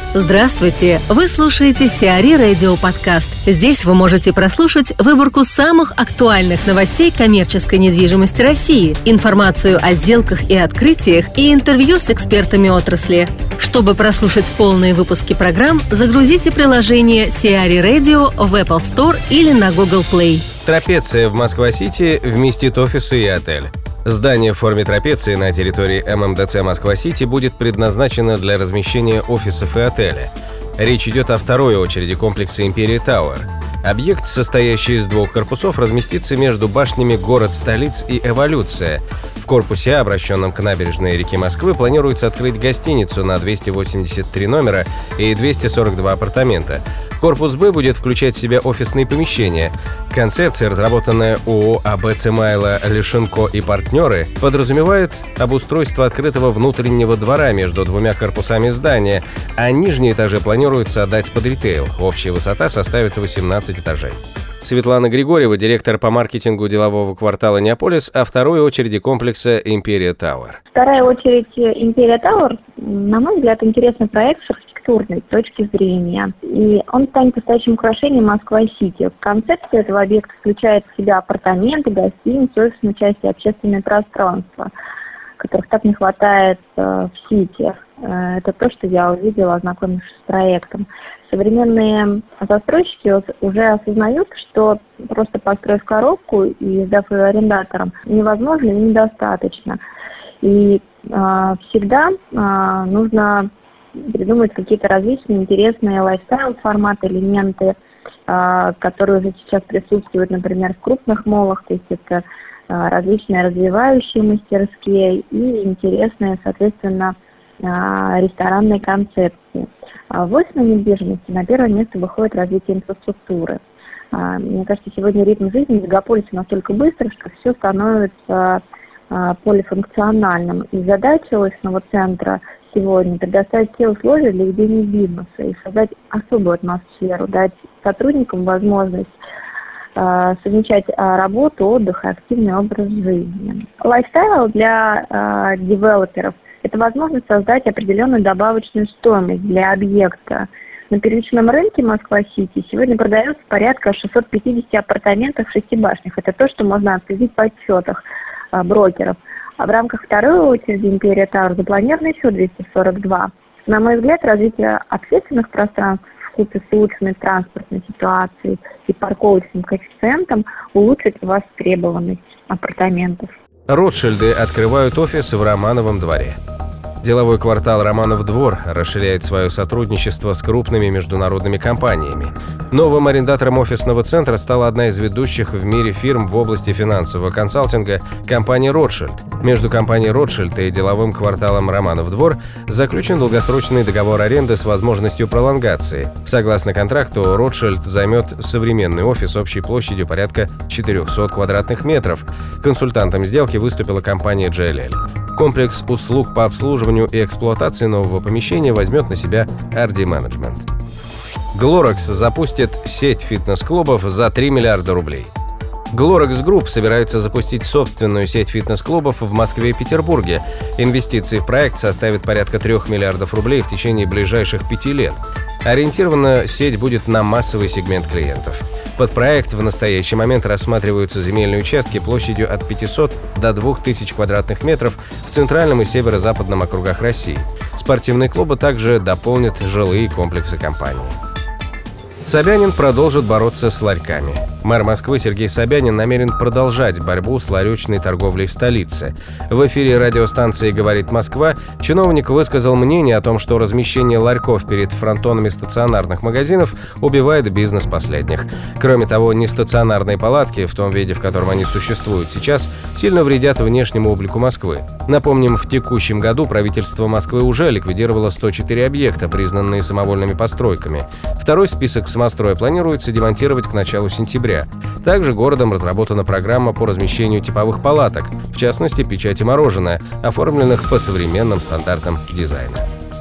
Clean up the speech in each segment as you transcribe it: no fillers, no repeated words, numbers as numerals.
Здравствуйте! Вы слушаете CRE Radio подкаст. Здесь вы можете прослушать выборку самых актуальных новостей коммерческой недвижимости России, информацию о сделках и открытиях и интервью с экспертами отрасли. Чтобы прослушать полные выпуски программ, загрузите приложение CRE Radio в Apple Store или на Google Play. Трапеция в Москва-Сити вместит офисы и отель. Здание в форме трапеции на территории ММДЦ Москва-Сити будет предназначено для размещения офисов и отеля. Речь идет о второй очереди комплекса Империя Тауэр. Объект, состоящий из двух корпусов, разместится между башнями «Город-столиц» и «Эволюция». В корпусе А, обращенном к набережной реки Москвы, планируется открыть гостиницу на 283 номера и 242 апартамента. Корпус Б будет включать в себя офисные помещения. Концепция, разработанная ООО АБ Цимайло, Лешенко и партнеры, подразумевает обустройство открытого внутреннего двора между двумя корпусами здания, а нижние этажи планируется отдать под ритейл. Общая высота составит 18 этажей. Светлана Григорьева, директор по маркетингу делового квартала «Неаполис», о второй очереди комплекса «Империя Тауэр». Вторая очередь «Империя Тауэр», на мой взгляд, интересный проект с архитектурной точки зрения. И он станет настоящим украшением Москва-Сити. Концепция этого объекта включает в себя апартаменты, гостиницы, офисную часть и общественное пространство, которых так не хватает в Сити. Это то, что я увидела, ознакомившись с проектом. Современные застройщики уже осознают, что просто построив коробку и сдав ее арендаторам, невозможно и недостаточно. И всегда нужно придумать какие-то различные интересные лайфстайл-форматы, элементы, которые уже сейчас присутствуют, например, в крупных моллах, то есть это различные развивающие мастерские и интересные, соответственно, ресторанные концепции. В офисной недвижимости на первое место выходит развитие инфраструктуры. Мне кажется, сегодня ритм жизни в мегаполисе настолько быстрый, что все становится полифункциональным. И задача офисного центра сегодня предоставить все условия для ведения бизнеса и создать особую атмосферу, дать сотрудникам возможность совмещать работу, отдых и активный образ жизни. Лайфстайл для девелоперов – это возможность создать определенную добавочную стоимость для объекта. На первичном рынке Москва-Сити сегодня продается порядка 650 апартаментов в 6 башнях. Это то, что можно отследить в отчетах брокеров. А в рамках второй очереди «Империя Тауэр» запланировано еще 242. На мой взгляд, развитие общественных пространств вкупе с улучшенной транспортной ситуацией и парковочным коэффициентом улучшит востребованность апартаментов. Ротшильды открывают офис в Романовом дворе. Деловой квартал «Романов двор» расширяет свое сотрудничество с крупными международными компаниями. Новым арендатором офисного центра стала одна из ведущих в мире фирм в области финансового консалтинга – компания «Ротшильд». Между компанией «Ротшильд» и деловым кварталом «Романов двор» заключен долгосрочный договор аренды с возможностью пролонгации. Согласно контракту, «Ротшильд» займет современный офис общей площадью порядка 400 квадратных метров. Консультантом сделки выступила компания JLL. Комплекс услуг по обслуживанию и эксплуатации нового помещения возьмет на себя RD Management. Glorox запустит сеть фитнес-клубов за 3 миллиарда рублей. Glorox Group собирается запустить собственную сеть фитнес-клубов в Москве и Петербурге. Инвестиции в проект составят порядка 3 миллиардов рублей в течение ближайших 5 лет. Ориентирована сеть будет на массовый сегмент клиентов. Под проект в настоящий момент рассматриваются земельные участки площадью от 500 до 2000 квадратных метров в центральном и северо-западном округах России. Спортивные клубы также дополнят жилые комплексы компании. Собянин продолжит бороться с ларьками. Мэр Москвы Сергей Собянин намерен продолжать борьбу с ларечной торговлей в столице. В эфире радиостанции «Говорит Москва» чиновник высказал мнение о том, что размещение ларьков перед фронтонами стационарных магазинов убивает бизнес последних. Кроме того, нестационарные палатки, в том виде, в котором они существуют сейчас, сильно вредят внешнему облику Москвы. Напомним, в текущем году правительство Москвы уже ликвидировало 104 объекта, признанные самовольными постройками. Второй список самостроя планируется демонтировать к началу сентября. Также городом разработана программа по размещению типовых палаток, в частности, печати «Мороженое», оформленных по современным стандартам дизайна.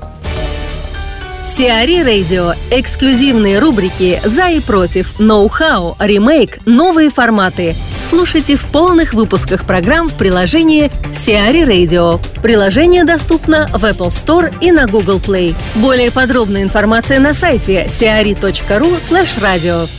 CRE Radio. Эксклюзивные рубрики «За и против», «Ноу-хау», «Ремейк», «Новые форматы». слушайте в полных выпусках программ в приложении Сиари Radio. Приложение доступно в Apple Store и на Google Play. Более подробная информация на сайте siari.ru/radio.